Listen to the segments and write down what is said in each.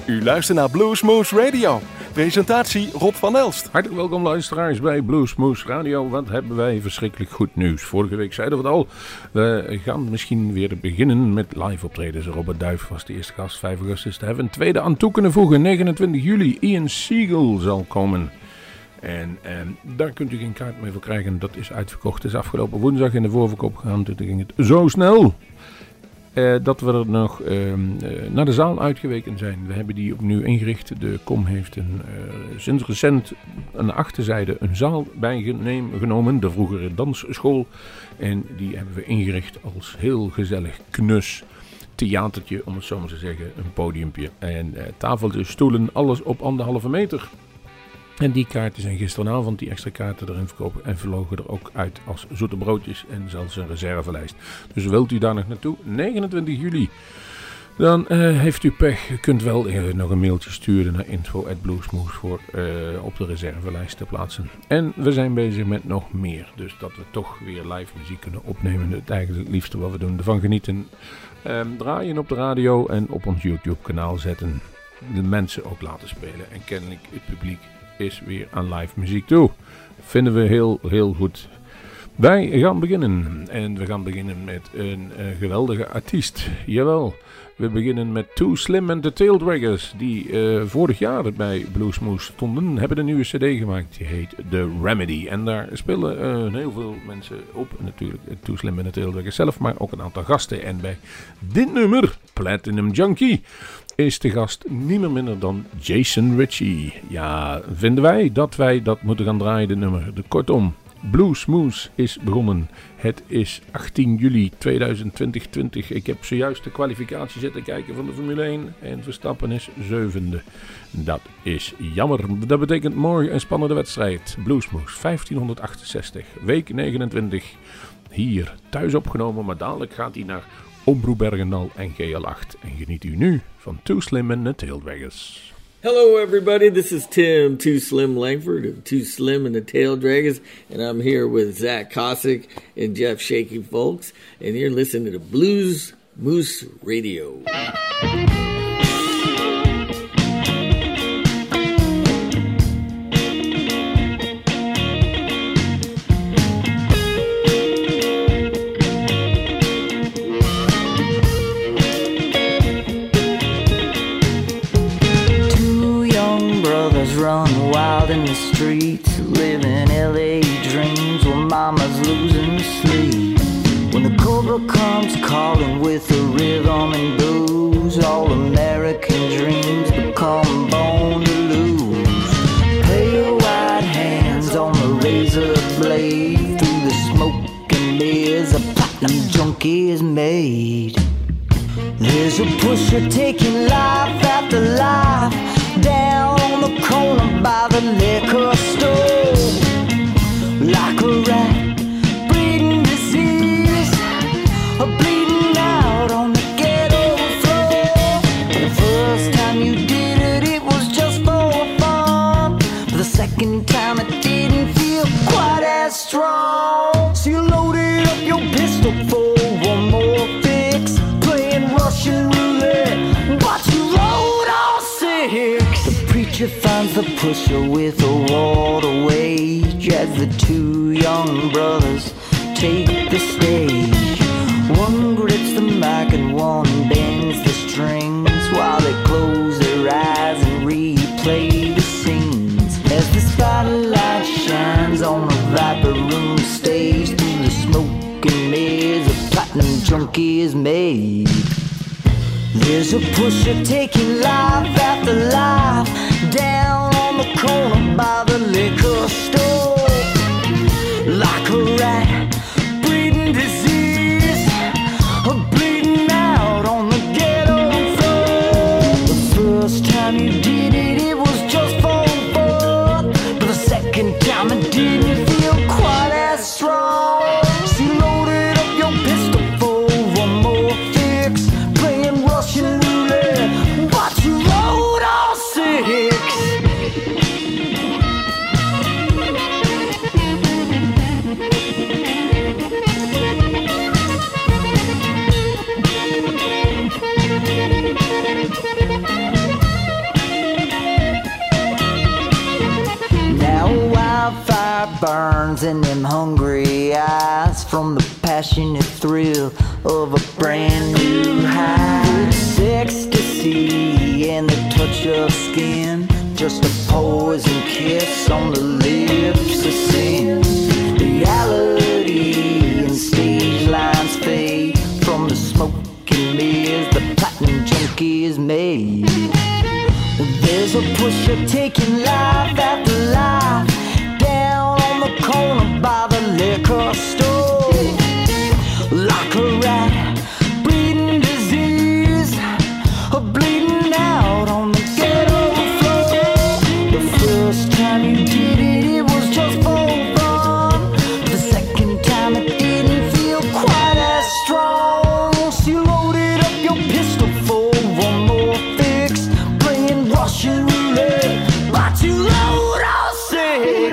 U luistert naar Bluesmoose Radio. Presentatie Rob van Elst. Hartelijk welkom luisteraars bij Bluesmoose Radio. Wat hebben wij verschrikkelijk goed nieuws. Vorige week zeiden we het al. We gaan misschien weer beginnen met live optredens. Robert Duif was de eerste gast, 5 augustus. Daar hebben we een tweede aan toe kunnen voegen. 29 juli, Ian Siegel zal komen. En daar kunt u geen kaart mee voor krijgen. Dat is uitverkocht. Het is afgelopen woensdag in de voorverkoop gegaan. Toen ging het zo snel. Dat we er nog naar de zaal uitgeweken zijn. We hebben die opnieuw ingericht. De KOM heeft sinds recent aan de achterzijde een zaal bijgenomen. De vroegere dansschool. En die hebben we ingericht als heel gezellig knus theatertje, om het zo maar te zeggen. Een podiumpje. En tafeltjes, stoelen, alles op 1,5 meter. En die kaarten zijn gisteravond, die extra kaarten erin verkopen en vlogen er ook uit als zoete broodjes en zelfs een reservelijst. Dus wilt u daar nog naartoe? 29 juli. Dan heeft u pech. U kunt wel nog een mailtje sturen naar info@bluesmoose voor op de reservelijst te plaatsen. En we zijn bezig met nog meer. Dus dat we toch weer live muziek kunnen opnemen. Het eigenlijk het liefste wat we doen. Ervan genieten. Draaien op de radio en op ons YouTube kanaal zetten. De mensen ook laten spelen. En kennelijk het publiek is weer aan live muziek toe. Vinden we heel, heel goed. Wij gaan beginnen. En we gaan beginnen met een geweldige artiest. Jawel. We beginnen met Too Slim and the Taildraggers. Die vorig jaar bij Bluesmoose stonden. Hebben een nieuwe cd gemaakt. Die heet The Remedy. En daar spelen heel veel mensen op. Natuurlijk Too Slim and the Taildraggers zelf. Maar ook een aantal gasten. En bij dit nummer, Platinum Junkie, is de gast niemand minder dan Jason Ritchie. Ja, vinden wij dat moeten gaan draaien, de nummer. Kortom, Bluesmoose is begonnen. Het is 18 juli 2020. Ik heb zojuist de kwalificatie zitten kijken van de Formule 1. En Verstappen is 7e. Dat is jammer. Dat betekent morgen een spannende wedstrijd. Bluesmoose 1568. Week 29. Hier thuis opgenomen. Maar dadelijk gaat hij naar Omroep Bergendal en GL8. En geniet u nu van Too Slim and the Taildraggers. Hello everybody, this is Tim Too Slim Langford of Too Slim and the Taildraggers, and I'm here with Zach Cossack and Jeff Shaky Folks, and you're listening to Bluesmoose Radio. Run wild in the streets, living LA dreams while mama's losing sleep. When the cobra comes calling with a rhythm and blues, all American dreams become bone to lose. Pale white hands on the razor blade, through the smoke and mirrors a platinum junkie is made. There's a pusher taking life after life, down on the corner by the liquor store. Like a rat, breeding disease, bleeding out on the ghetto floor. The first time you did it, it was just for fun. But the second time it didn't feel quite as strong. So you loaded up your pistol for one more fix, playing Russian roulette, but you rode all six. Preacher finds the pusher with a water wage as the two young brothers take the stage. One grips the mic and one bends the strings while they close their eyes and replay the scenes. As the spotlight shines on the Viper Room stage, through the smoke and mirrors a platinum junkie is made. There's a pusher taking life after life, down on the corner by the liquor store. Like a rat, breeding disease, bleeding out on the ghetto floor. The first time you did it, it was just for fun, but the second time it didn't feel quite as strong. So you loaded up your pistol for one more fix, playing Russian roulette, but you rode all six. fire burns in them hungry eyes from the passionate thrill of a brand new high. Ecstasy and the touch of skin, just a poison kiss on the lips of sin. Reality and stage lines fade from the smoke and mirrors the platinum junkie is made. There's a pusher taking life after life down on the corner by the liquor store. Like a rat, bleeding disease, bleeding out on the ghetto floor. The first time you did it, it was just for fun. The second time it didn't feel quite as strong. So you loaded up your pistol for one more fix, playing Russian roulette, but you load all six.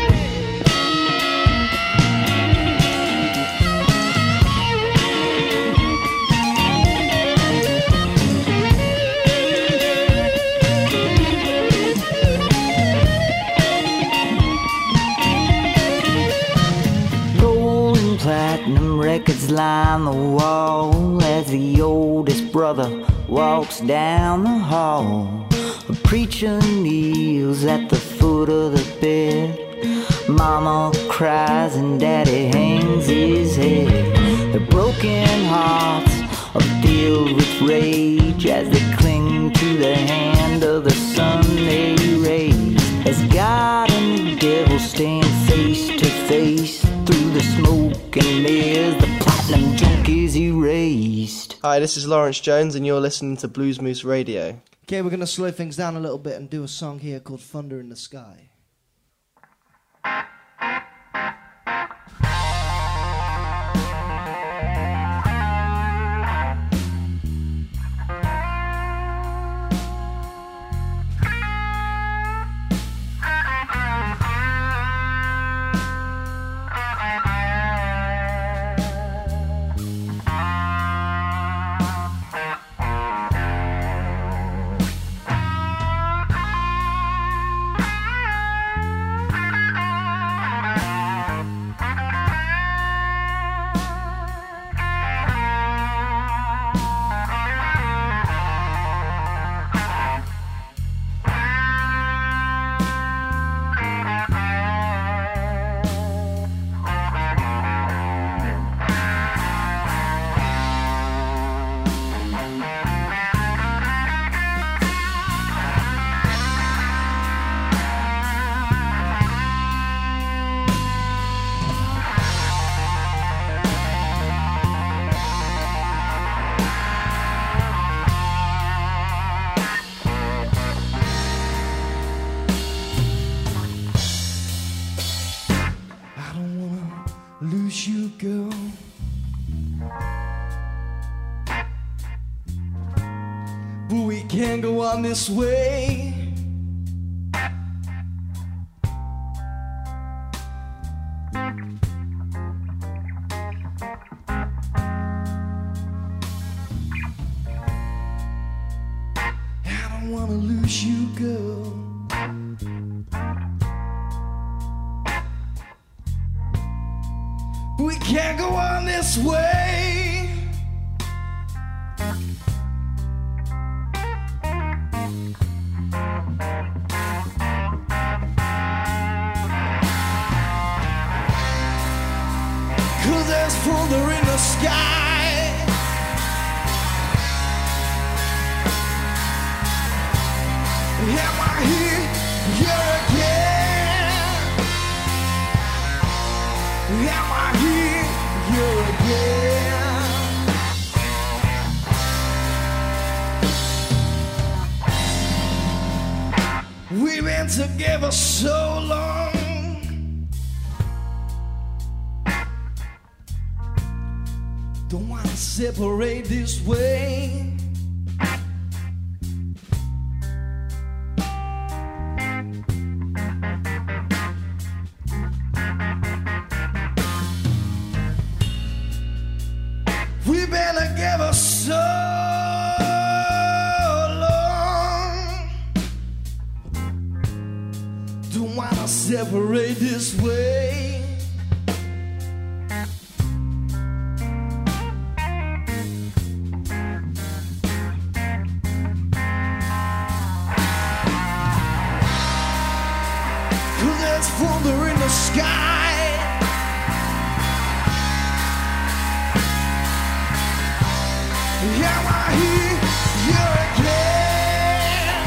Platinum records line the wall as the oldest brother walks down the hall. A preacher kneels at the foot of the bed. Mama cries and daddy hangs his head. Their broken hearts are filled with rage as they cling to the hand of the son they raised. As God and the devil stand face to face through the smoke and mirrors, the platinum junkie's erased. Hi, this is Lawrence Jones and you're listening to Blues Moose Radio. Okay, we're going to slow things down a little bit and do a song here called Thunder in the Sky. Girl, but we can't go on this way. I don't wanna lose you, girl. We can't go on this way. Cause there's thunder in the sky. Am I here again? Am I here again? We've been together so long. Don't wanna separate this way. We've been together so long. Don't wanna separate this way. Cause there's thunder in the sky. Am I here again?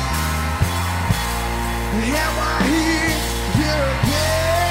Am I here again?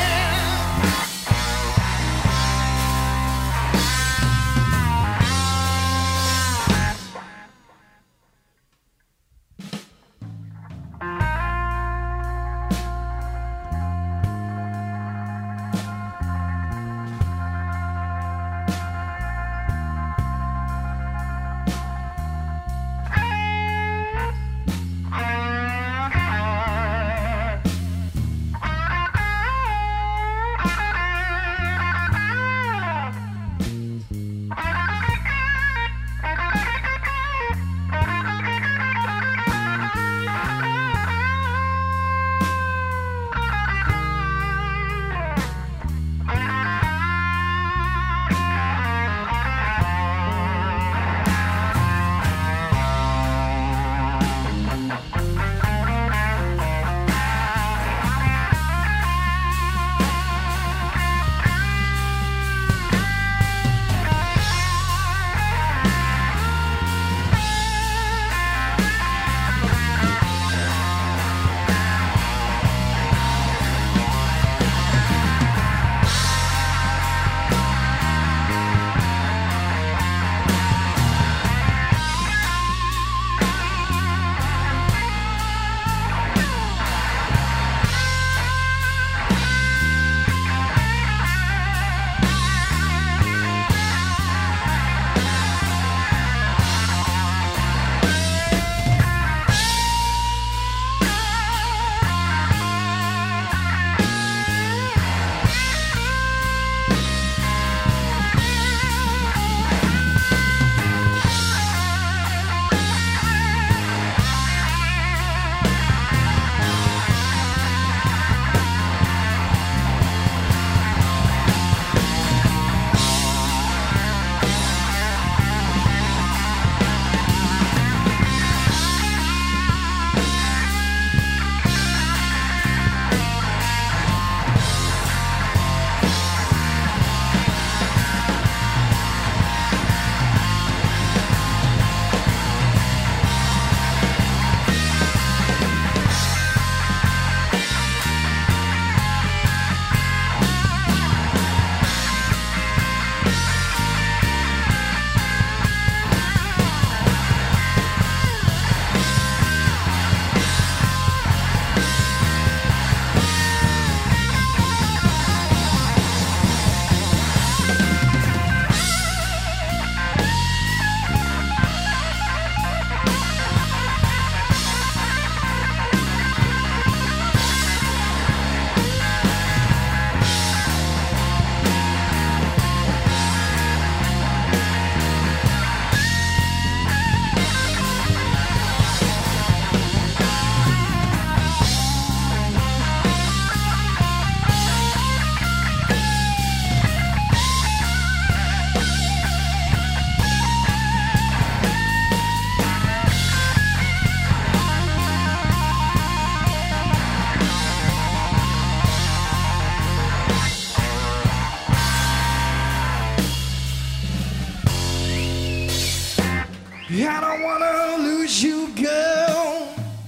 I don't wanna lose you, girl.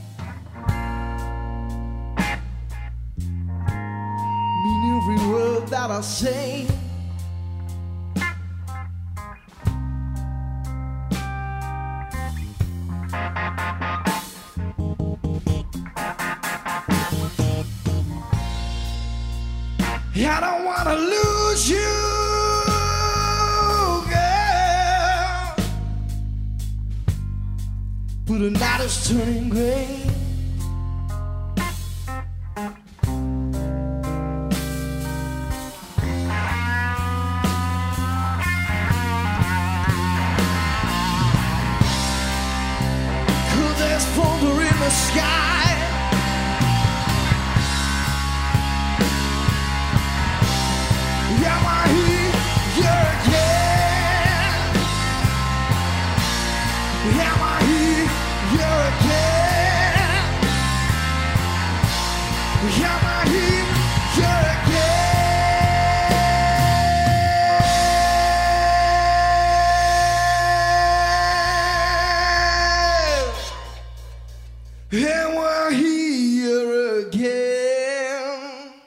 Mean every word that I say. I don't wanna lose you, girl. But the night is turning gray. Cause there's thunder in the sky. Am I here again? Am I here again? And we're here again.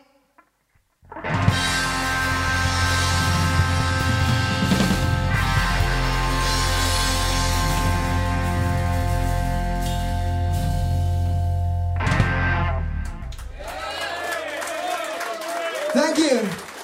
Thank you.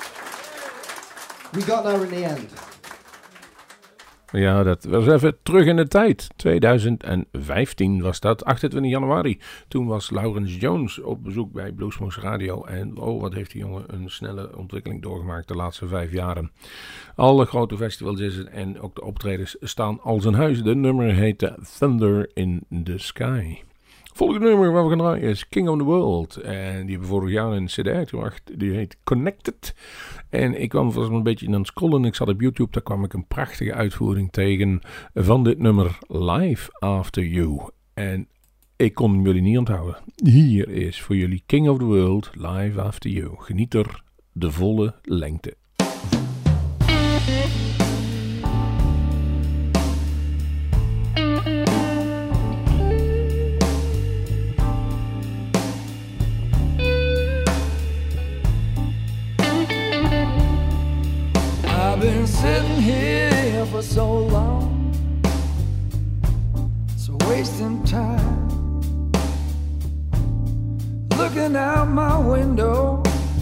We got there in the end. Ja, dat was even terug in de tijd. 2015 was dat, 28 januari. Toen was Laurens Jones op bezoek bij Bluesmoose Radio. En oh, wat heeft die jongen een snelle ontwikkeling doorgemaakt de laatste 5 jaren. Alle grote festivals is het en ook de optredens staan als een huis. De nummer heette Thunder in the Sky. Volgende nummer waar we gaan draaien is King of the World. En die hebben vorig jaar een cd uitgebracht. Die heet Connected. En ik kwam vast een beetje aan het scrollen. Ik zat op YouTube. Daar kwam ik een prachtige uitvoering tegen van dit nummer Live After You. En ik kon hem jullie niet onthouden. Hier is voor jullie King of the World Live After You. Geniet er de volle lengte. I've been sitting here for so long, so wasting time, looking out my window,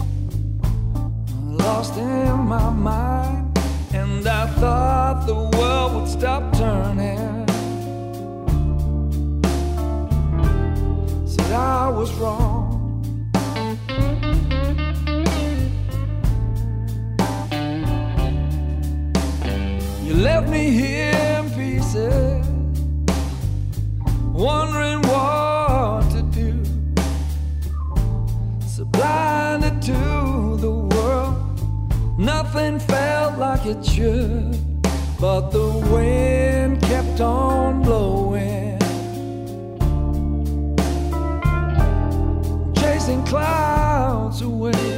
lost in my mind, and I thought the world would stop turning. Said I was wrong. You left me here in pieces, wondering what to do. So blinded to the world, nothing felt like it should. But the wind kept on blowing, chasing clouds away.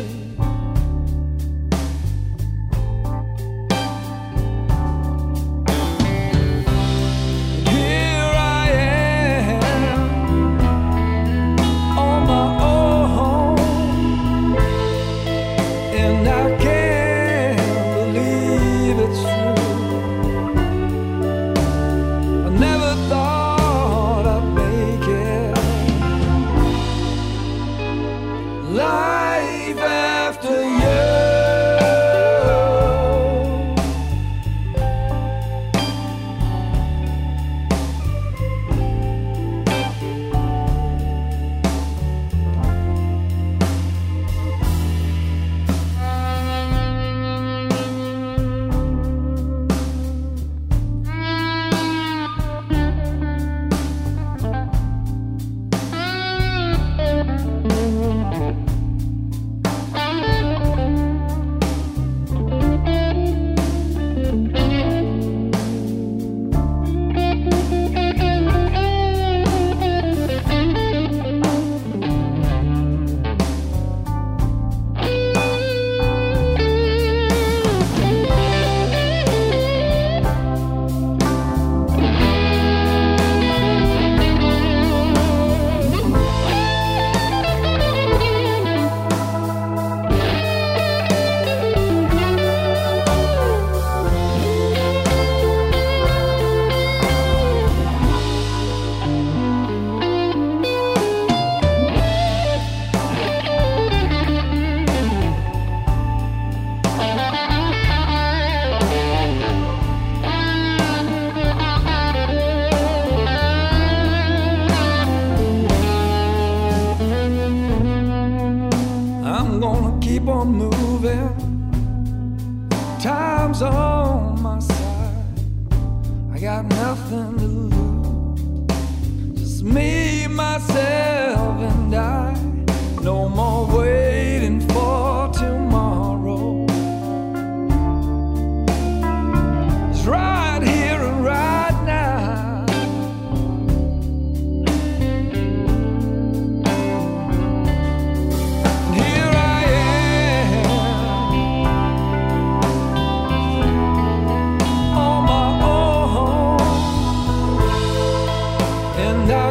and I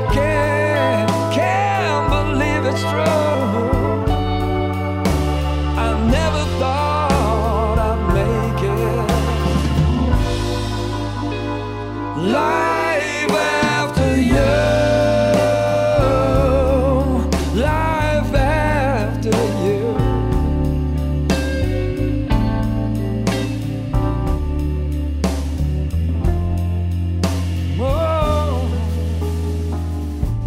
can't believe it's true. I never thought I'd make it. Life after you, life after you. Oh.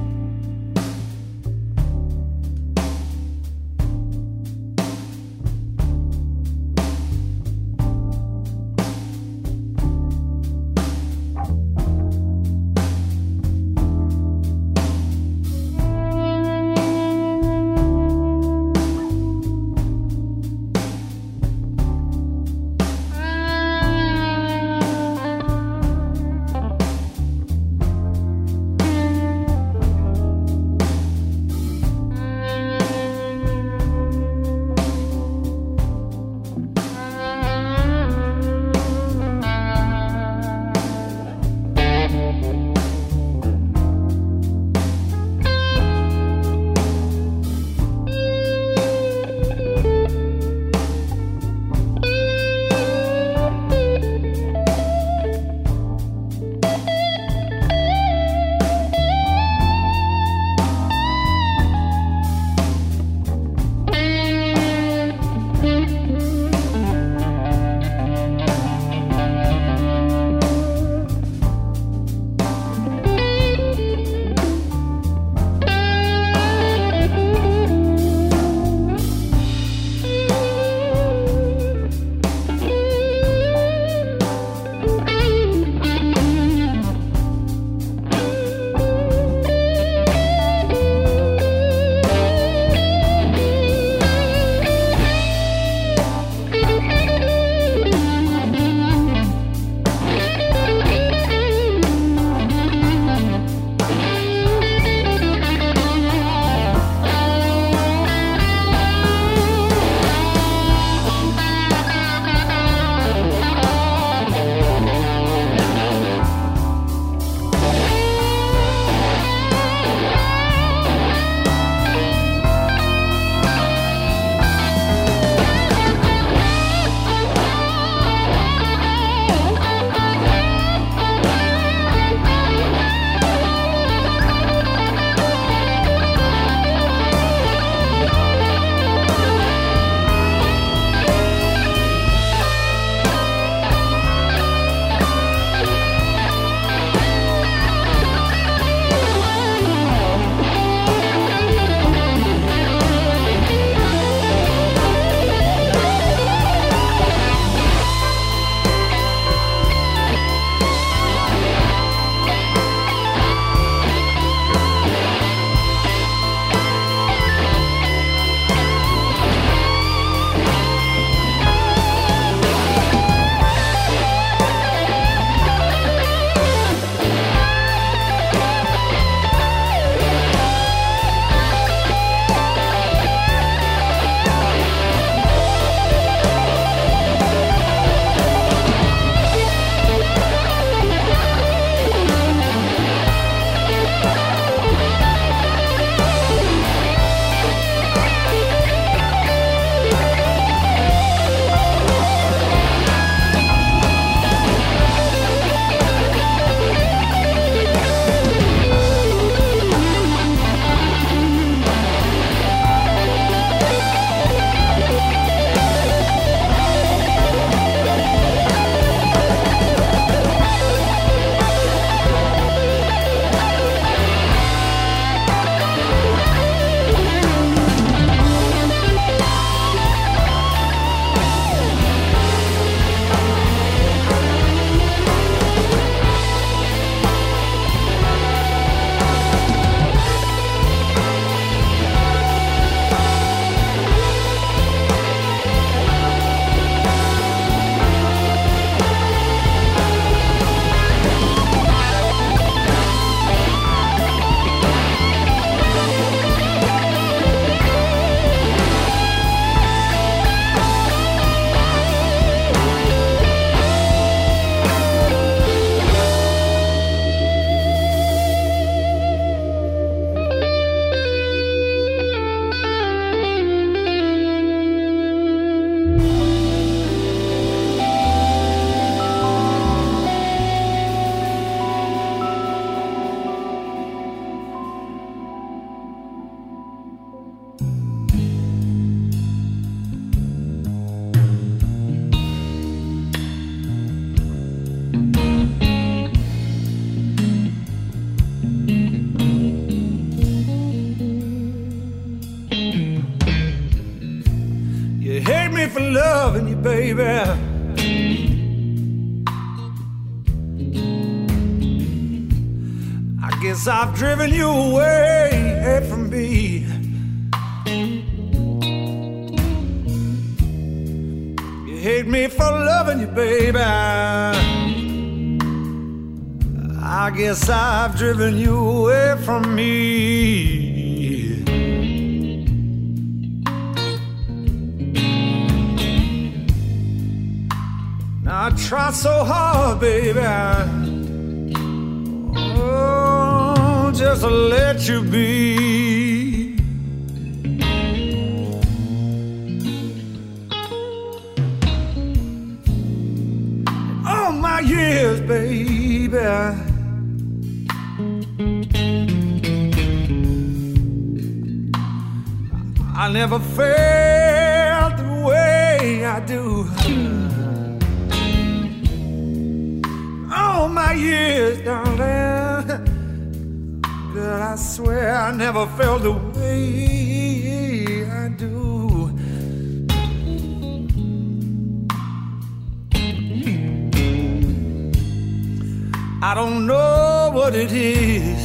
You hate me for loving you, baby. I guess I've driven you away from me. You hate me for loving you, baby. I guess I've driven you away from me. I try so hard, baby, oh, just to let you be. All my years, baby, I never felt the way I do. All my years, darling, girl, I swear I never felt the way I do. I don't know what it is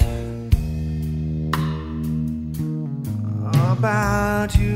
about you.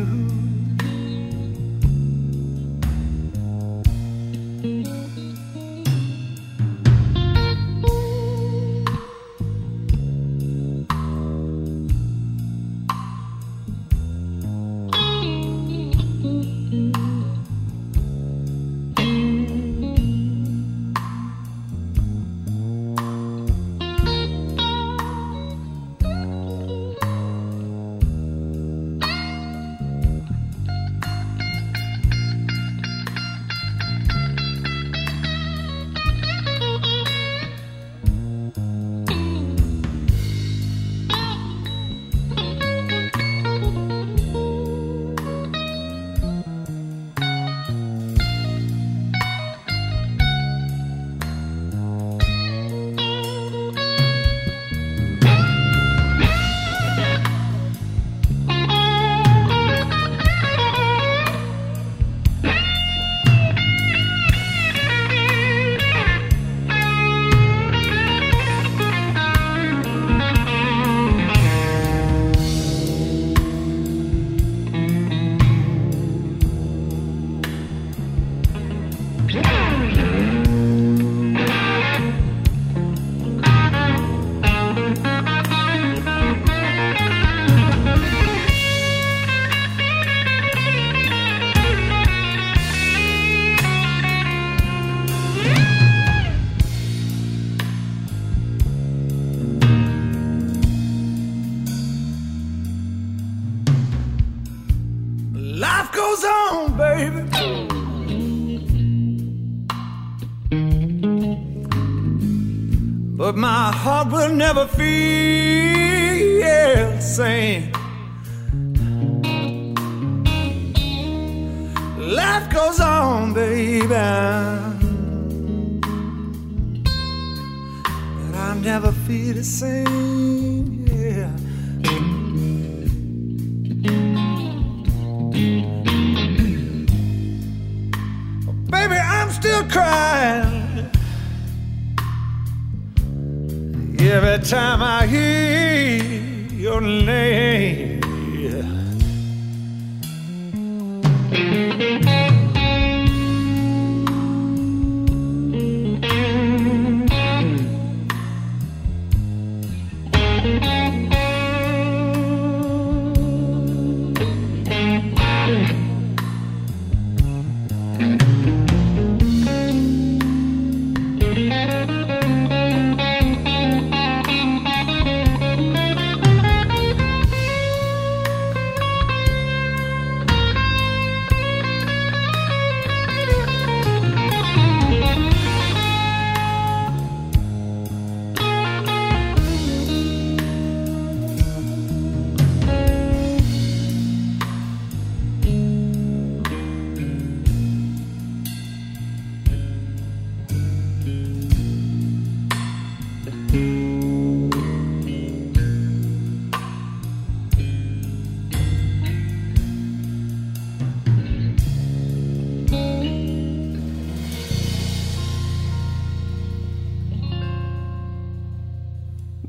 Life goes on, baby. But my heart will never feel the same. Life goes on, baby. But I'll never feel the same, yeah. Baby, I'm still crying every time I hear your name.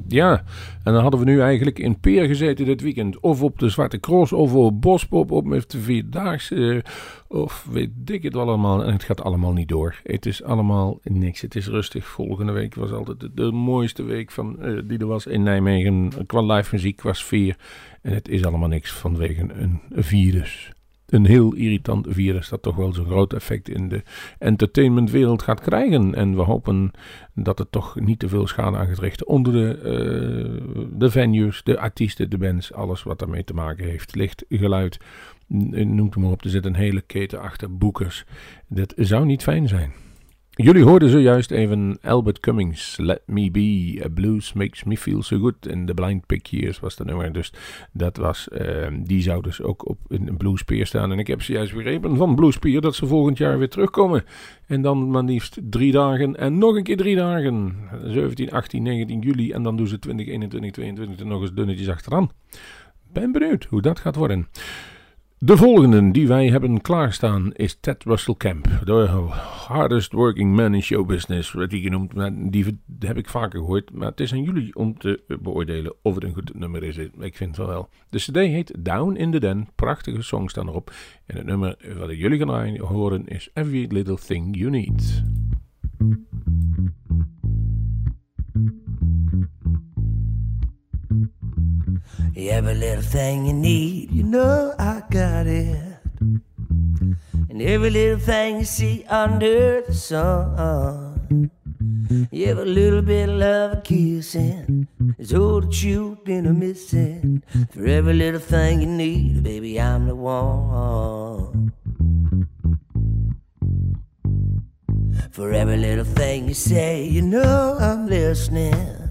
Ja, en dan hadden we nu eigenlijk in Peer gezeten dit weekend. Of op de Zwarte Cross, of op Bospop, op met de Vierdaagse. Of weet ik het allemaal. En het gaat allemaal niet door. Het is allemaal niks. Het is rustig. Volgende week was altijd de mooiste week die er was in Nijmegen. Qua live muziek, qua sfeer. En het is allemaal niks vanwege een virus. Een heel irritant virus dat toch wel zo'n groot effect in de entertainmentwereld gaat krijgen. En we hopen dat het toch niet te veel schade aan gaat richten onder de venues, de artiesten, de bands, alles wat daarmee te maken heeft. Licht, geluid, noem het maar op. Er zit een hele keten achter, boekers. Dat zou niet fijn zijn. Jullie hoorden zojuist even Albert Cummings, Let Me Be, A Blues Makes Me Feel So Good. En The Blind Pig Years was de nummer. Dus dat was, die zou dus ook op een Bluespeer staan. En ik heb zojuist begrepen van Bluespeer dat ze volgend jaar weer terugkomen. En dan maar liefst 3 dagen en nog een keer 3 dagen. 17, 18, 19 juli en dan doen ze 20, 21, 22 en nog eens dunnetjes achteraan. Ben benieuwd hoe dat gaat worden. De volgende die wij hebben klaarstaan is Ted Russell Camp. De hardest working man in showbusiness, werd die genoemd. Die heb ik vaker gehoord, maar het is aan jullie om te beoordelen of het een goed nummer is. Ik vind het wel. De cd heet Down in the Den. Prachtige songs staan erop. En het nummer wat ik jullie gaan horen is Every Little Thing You Need. Every little thing you need, you know I got it. And every little thing you see under the sun. Every little bit of love and kissing is all that you've been missing. For every little thing you need, baby, I'm the one. For every little thing you say, you know I'm listening.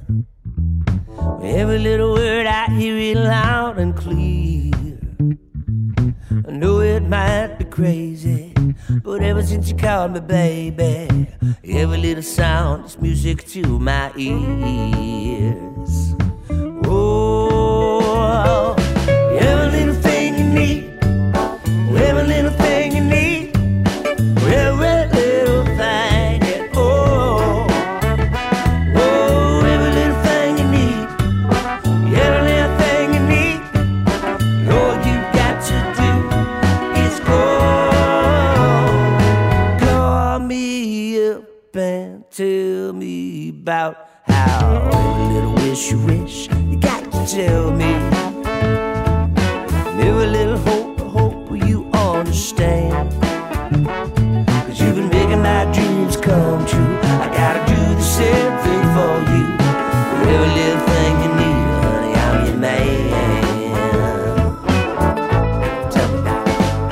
Every little word I hear it loud and clear. I know it might be crazy, but ever since you called me baby, every little sound is music to my ears. Oh, every little thing you need, every little thing you need, every little thing, yeah, oh, oh, every little thing you need, every little thing you need, all you got to do is call me up and tell me about how every little wish you wish, you got to tell me. And every little hope, I hope you understand. 'Cause you've been making my dreams come true. I gotta do the same thing for you. For every little thing you need, honey, I'm your man. Tell me now.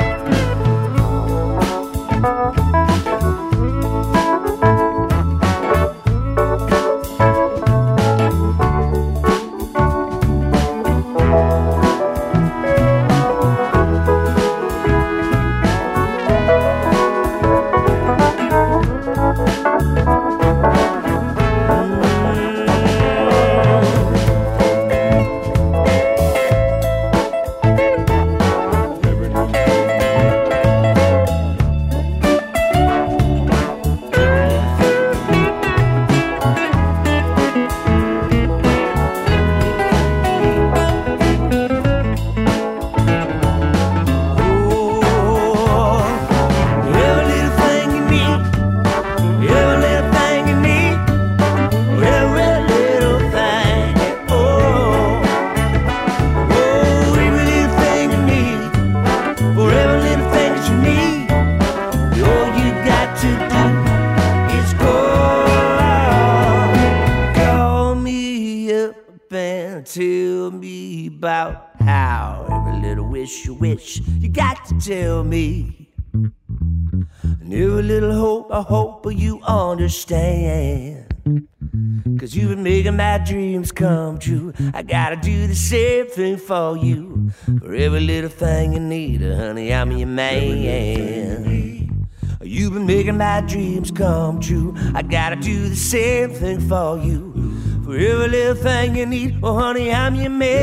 Tell me about how every little wish you wish, you got to tell me. And every little hope, I hope you understand. 'Cause you've been making my dreams come true. I gotta do the same thing for you. For every little thing you need, honey, I'm your man. You've been making my dreams come true. I gotta do the same thing for you. For every little thing you need, oh honey, I'm your man.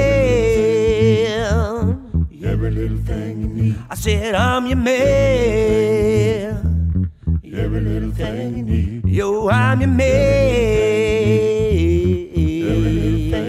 Every little thing you need, I said I'm your man. Every little thing you need, yo, I'm your man. Every little thing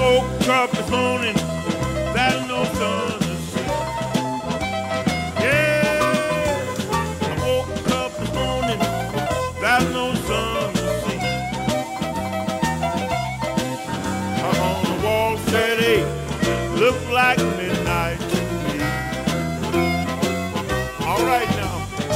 woke up this morning, there's no sun to see. Yeah, I woke up this morning, there's no sun to see. On the wall said, hey, look like midnight to me. All right now.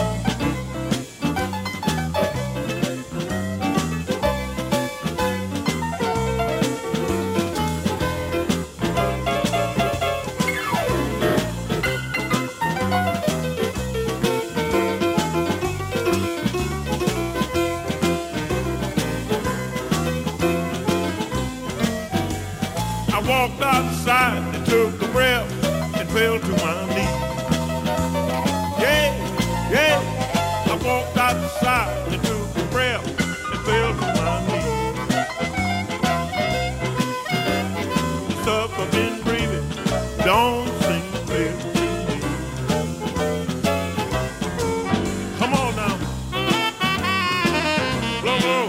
Walked outside and took a breath and fell to my knees. Yeah, yeah. I walked outside and took a breath and fell to my knees. The stuff I've been breathing don't seem clear to me. Come on now. Blow, blow.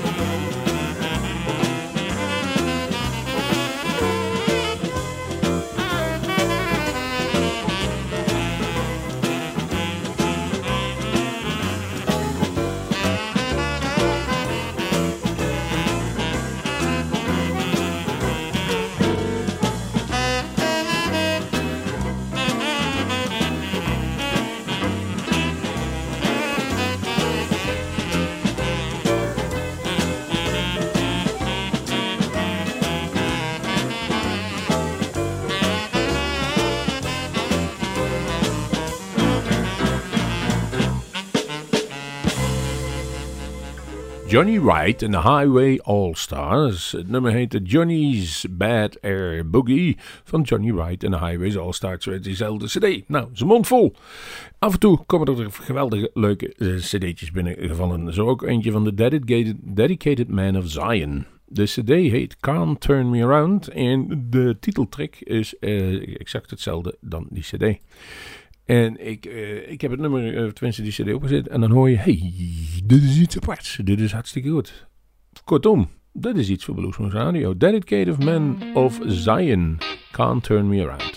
Johnny Wright en de Highway All-Stars. Het nummer heette Johnny's Bad Air Boogie van Johnny Wright en de Highways All-Stars uit diezelfde cd. Nou, zijn mond vol. Af en toe komen er geweldige leuke cd'tjes binnengevallen. Zo ook eentje van de Dedicated Man of Zion. De cd heet Can't Turn Me Around en de titeltrack is exact hetzelfde dan die cd. En ik heb het nummer, tenminste die cd opgezet en dan hoor je, hey, dit is iets aparts, dit is hartstikke goed. Kortom, dat is iets voor Bluesmoose Radio. Dedicated Man of Zion, Can't Turn Me Around.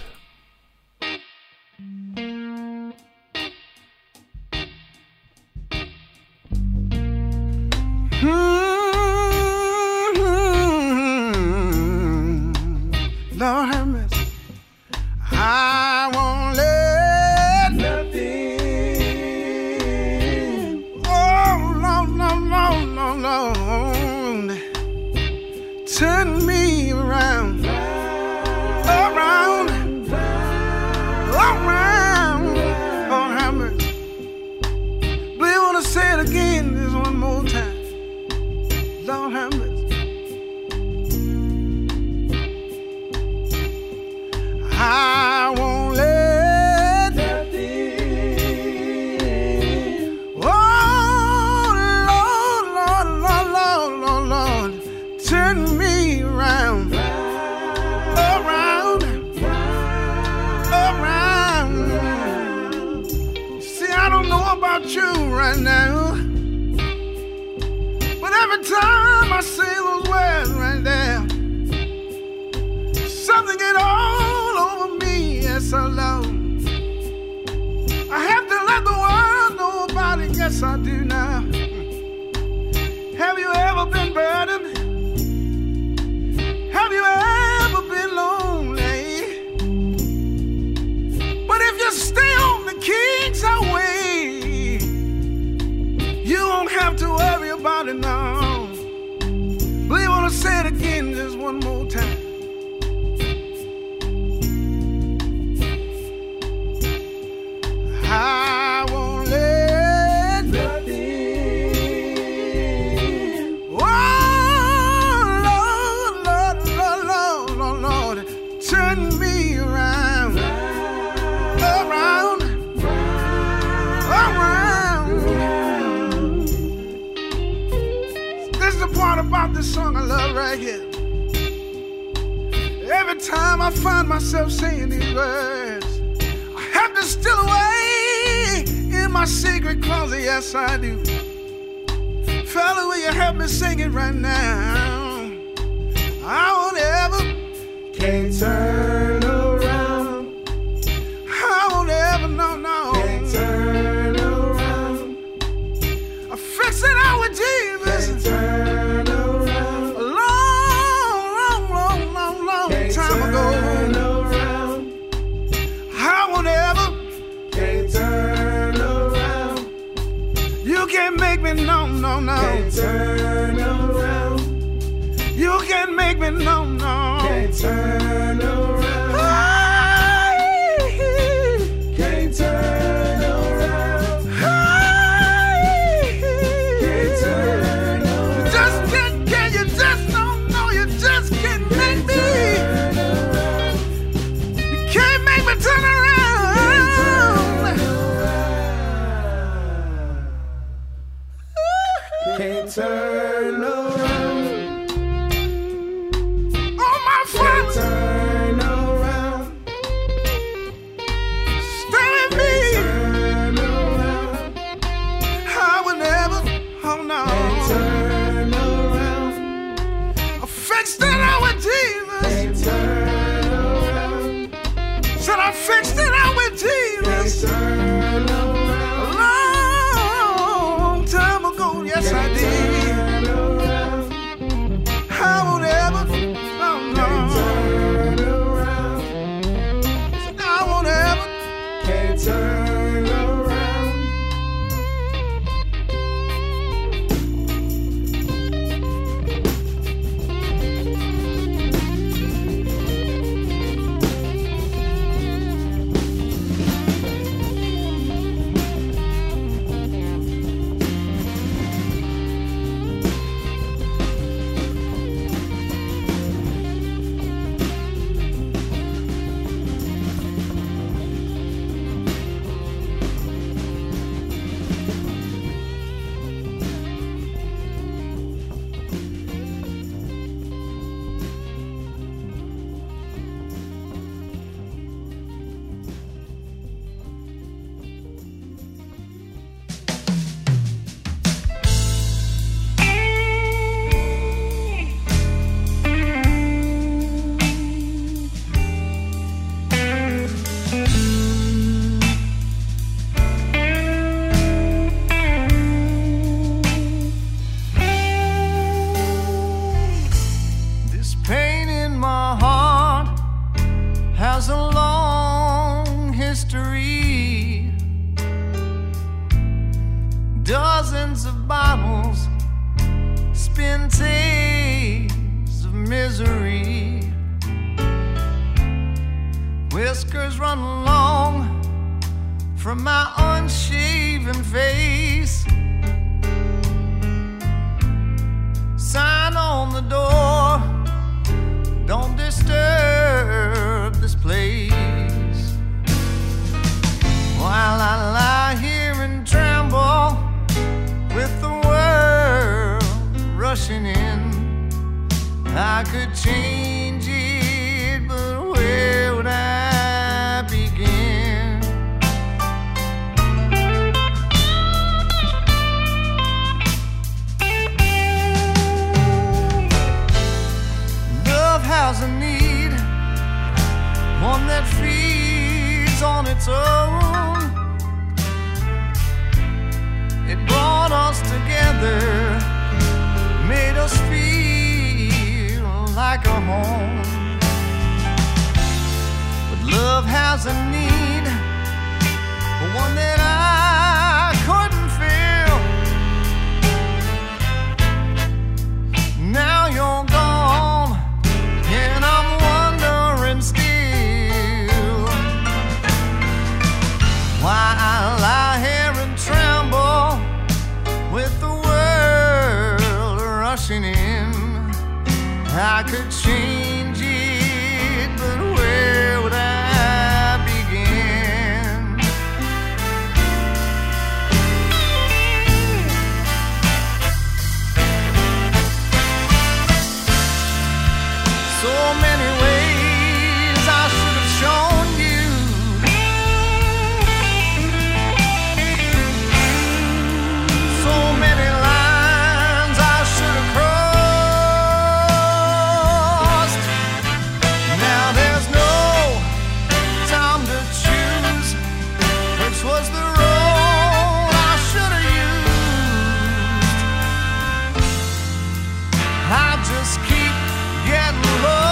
Lord have mercy. I won't let nothing. Oh, no, no, no, no, no. Turn me around. Around. Around. Lord have mercy. But I want to say it again this one more time. Lord have mercy. I won't let nothing. Oh, Lord, Lord, Lord, Lord, Lord, Lord, turn me around, around, around. See, I don't know about you right now, but every time I say those words right there, something get all over me, yes, alone. I have to let the world know about it, yes, I do now. Have you ever been burdened? Have you ever been lonely? But if you stay on the King's Highway, you won't have to worry about it now. But you want to say it again just one more time. I won't let nothing. Oh, Lord, Lord, Lord, Lord, Lord, Lord, turn me around, around, around. This is the part about this song I love right here. Every time I find myself saying these words, I have to steal away in my secret closet, yes I do. Fella, will you help me sing it right now? I won't ever Can't turn around. I won't ever, no, no. Can't turn around. I fix it out with Jesus. Can't turn around. A long can't time ago. Around. I won't ever. Can't turn around. You can't make me, no, no, no. Can't turn around. You can't make me, no, no. Can't turn around. Can't turn around. Can't turn around. You just can't, you just don't know. You just can't make me. You can't make me turn around. Can't turn around. Turn around. Stay with me. Turn around. I will never, oh no. Turn around. I fixed it out with Jesus. Turn around. Said I fixed it out with Jesus. Turn around. A long time ago, yes I did. I will never, oh no. Turn around. just keep getting lost.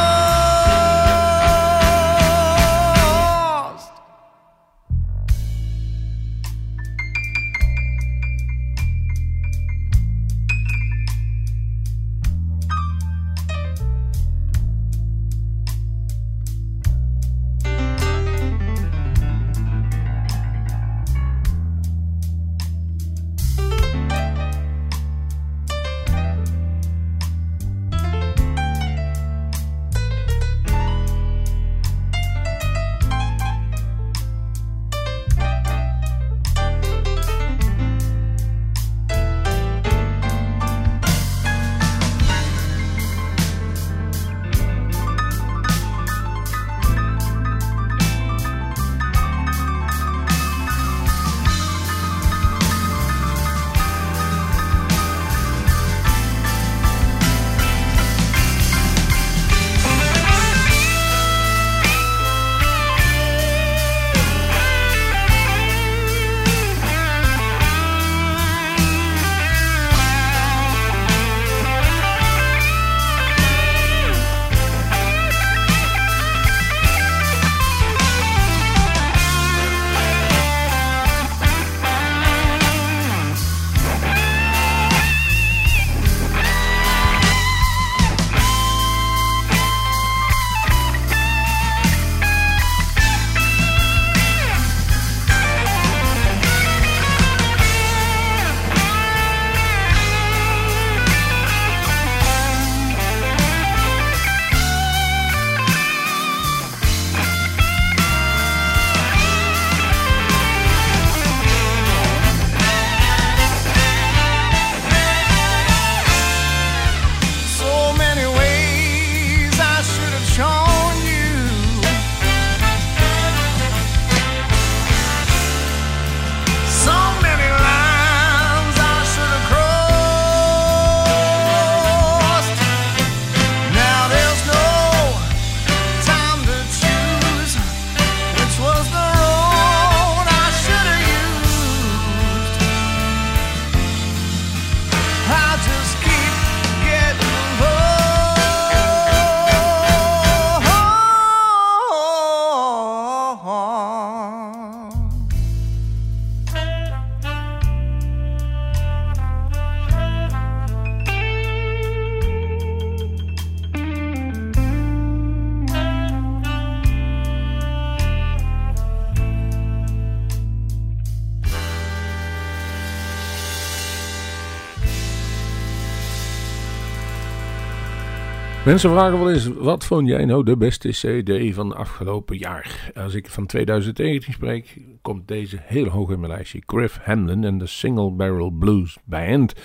Mensen vragen wel eens, wat vond jij nou de beste CD van afgelopen jaar? Als ik van 2019 spreek, komt deze heel hoog in mijn lijstje. Griff Hamlin en de Single Barrel Blues Band.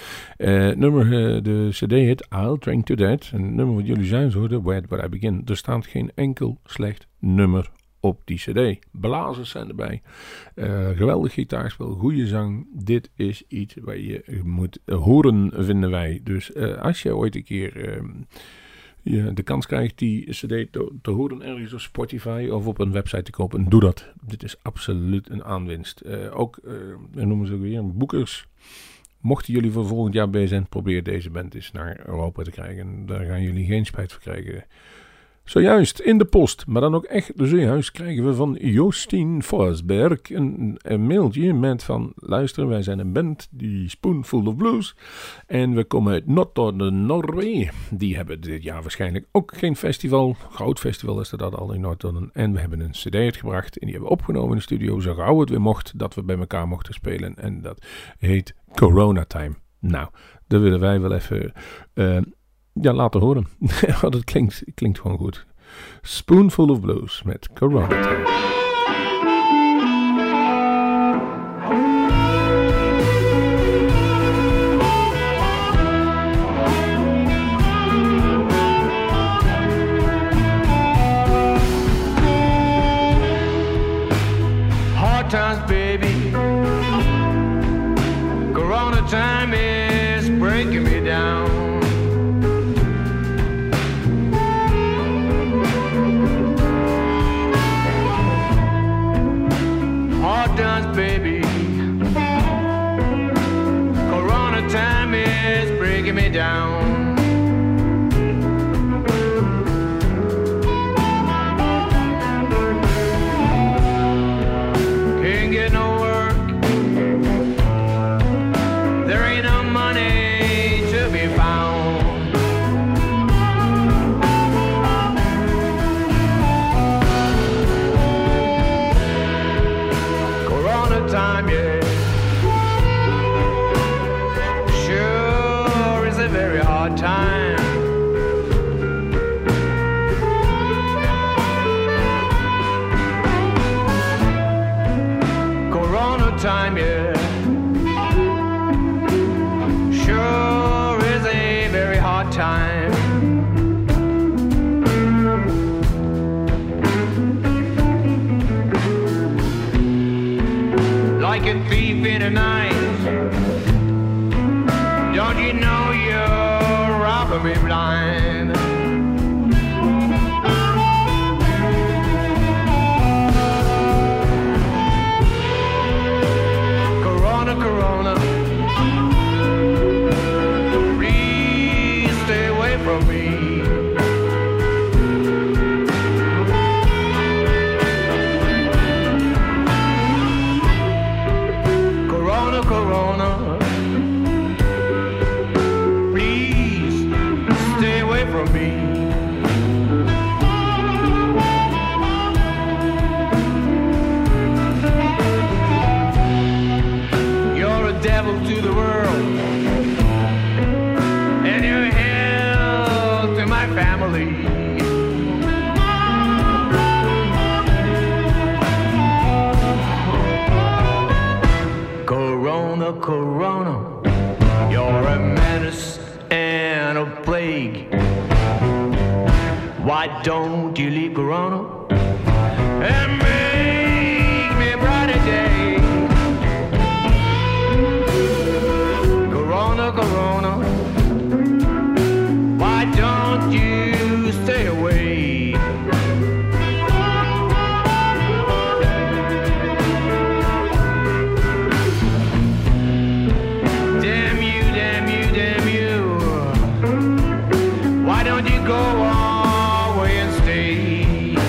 De CD heet I'll Drink to That. En het nummer wat jullie zijn hoorden, Where But I Begin. Er staat geen enkel slecht nummer op die CD. Blazers zijn erbij. Geweldig gitaarspel, goede zang. Dit is iets waar je moet horen, vinden wij. Dus als je ooit een keer de kans krijgt die CD te horen ergens op Spotify of op een website te kopen, doe dat. Dit is absoluut een aanwinst. Noemen ze ook weer boekers. Mochten jullie voor volgend jaar bezig zijn, probeer deze band eens naar Europa te krijgen. Daar gaan jullie geen spijt van krijgen. Zojuist in de post, maar dan ook echt zojuist, krijgen we van Jostien Forsberg een mailtje met van: luister, wij zijn een band, die Spoonful of Blues, en we komen uit Noord-Noorwegen. Die hebben dit jaar waarschijnlijk ook geen festival, groot festival is dat al in Noord-Noorwegen, en we hebben een cd uitgebracht en die hebben we opgenomen in de studio, zo gauw het weer mocht, dat we bij elkaar mochten spelen, en dat heet Corona Time. Nou, dat willen wij wel even laten horen. Dat klinkt gewoon goed. Spoonful of Blues met Corona Time. Hard times, baby. Corona time is breaking me down. wicked thief in the night. Don't you know you're robbing me blind? Corona, Corona, please stay away from me. Corona, please stay away from me. You're a devil to the world, and you're hell to my family. Corona, Corona, you're a menace and a plague. Why don't you leave Corona and make me a brighter day? Corona, Corona, why don't you stay away? Go away and stay.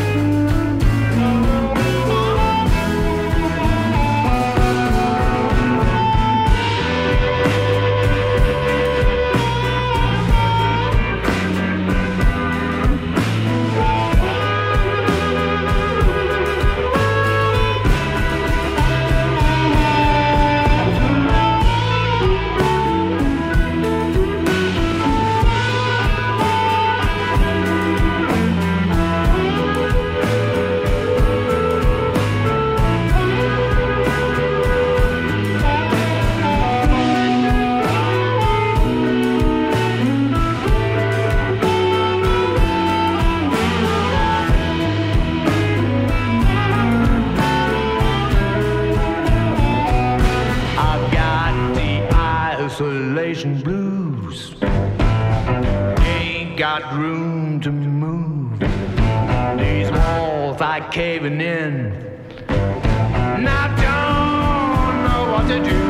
Isolation blues, ain't got room to move. These walls are caving in, and I don't know what to do.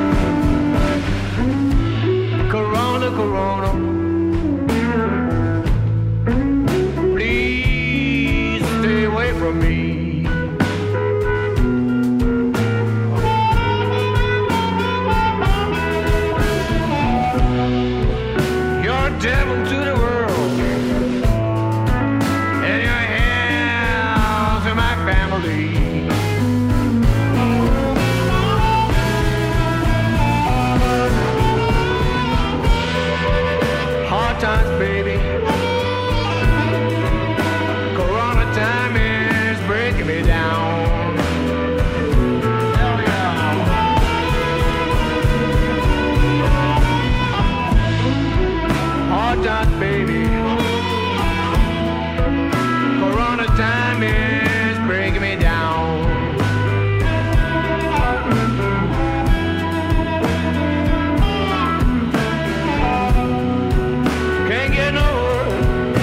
Corona, Corona, please stay away from me. Devil to the world, and you're hell to my family. Hard times, baby. Corona time is breaking me down. Hard times, baby. Corona time is breaking me down. Can't get no work.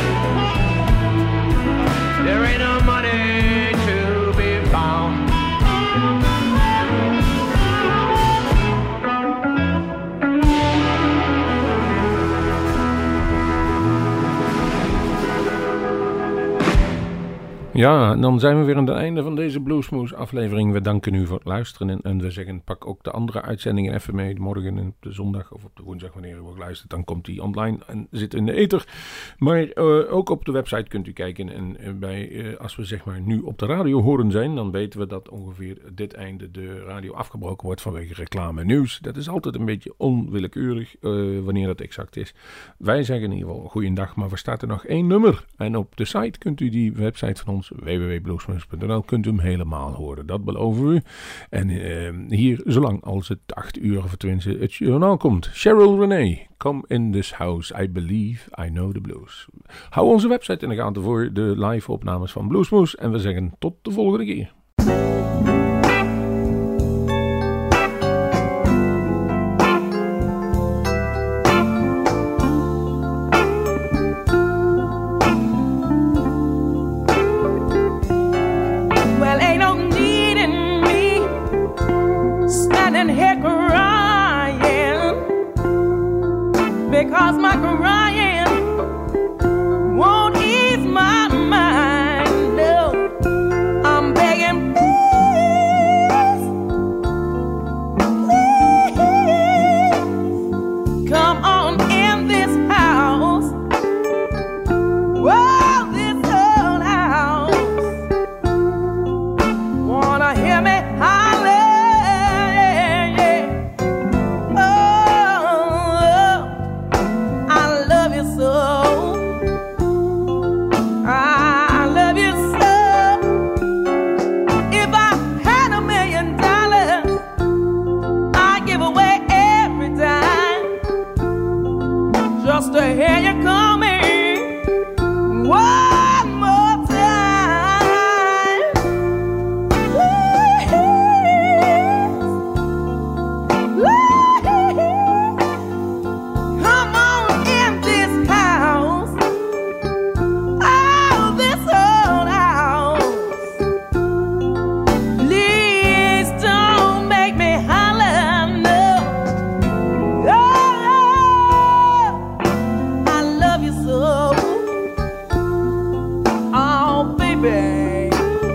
There ain't no money to be found. Ja, en dan zijn we weer aan het einde van deze Bluesmoose aflevering. We danken u voor het luisteren en we zeggen pak ook de andere uitzendingen even mee. Morgen op de zondag of op de woensdag wanneer u ook luistert, dan komt die online en zit in de ether. Maar ook op de website kunt u kijken en als we zeg maar nu op de radio horen zijn, dan weten we dat ongeveer dit einde de radio afgebroken wordt vanwege reclame en nieuws. Dat is altijd een beetje onwillekeurig wanneer dat exact is. Wij zeggen in ieder geval goeiedag, maar er staat er nog 1 nummer. En op de site kunt u die website van ons www.bluesmoose.nl kunt u hem helemaal horen. Dat beloven we. En hier, zolang als het 8 uur of tenminste het journaal komt. Cheryl Renee, come in this house. I believe I know the blues. Hou onze website in de gaten voor de live opnames van Bluesmoose. En we zeggen tot de volgende keer. baby.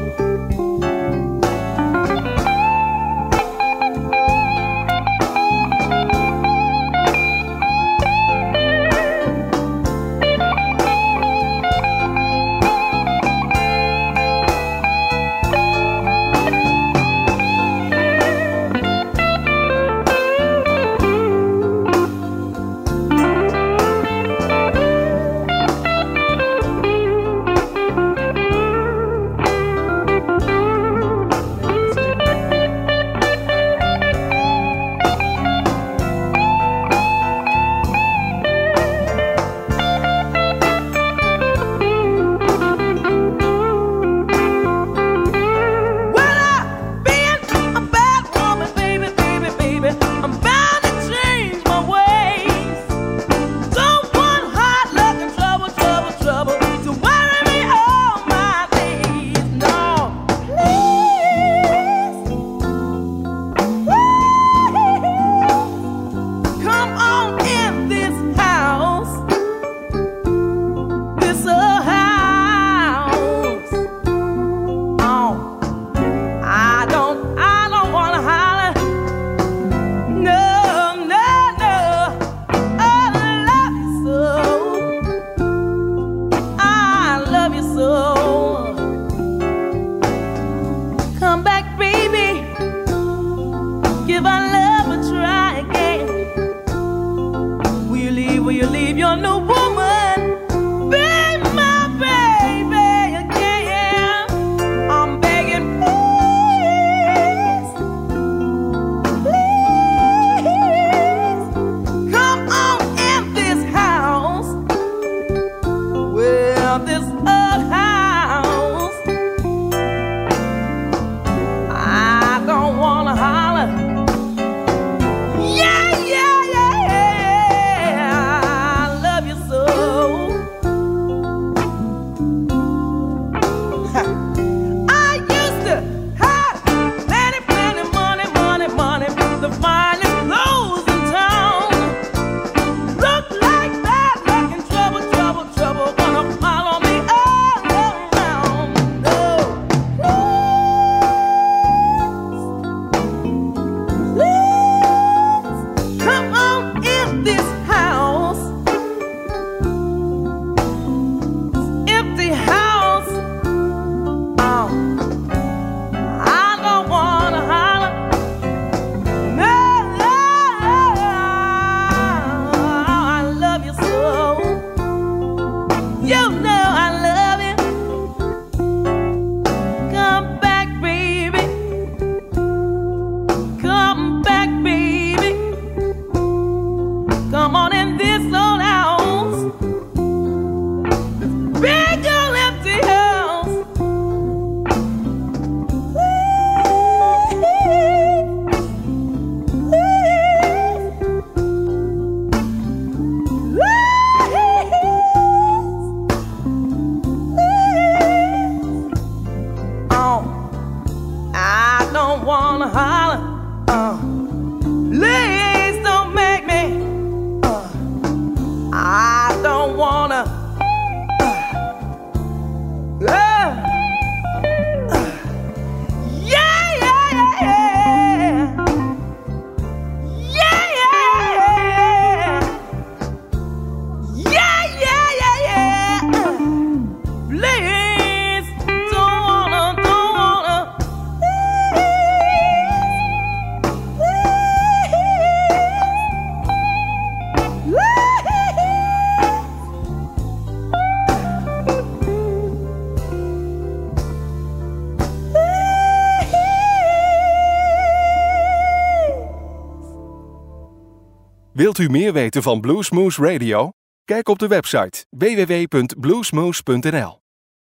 Wilt u meer weten van Bluesmoose Radio? Kijk op de website www.bluesmoose.nl.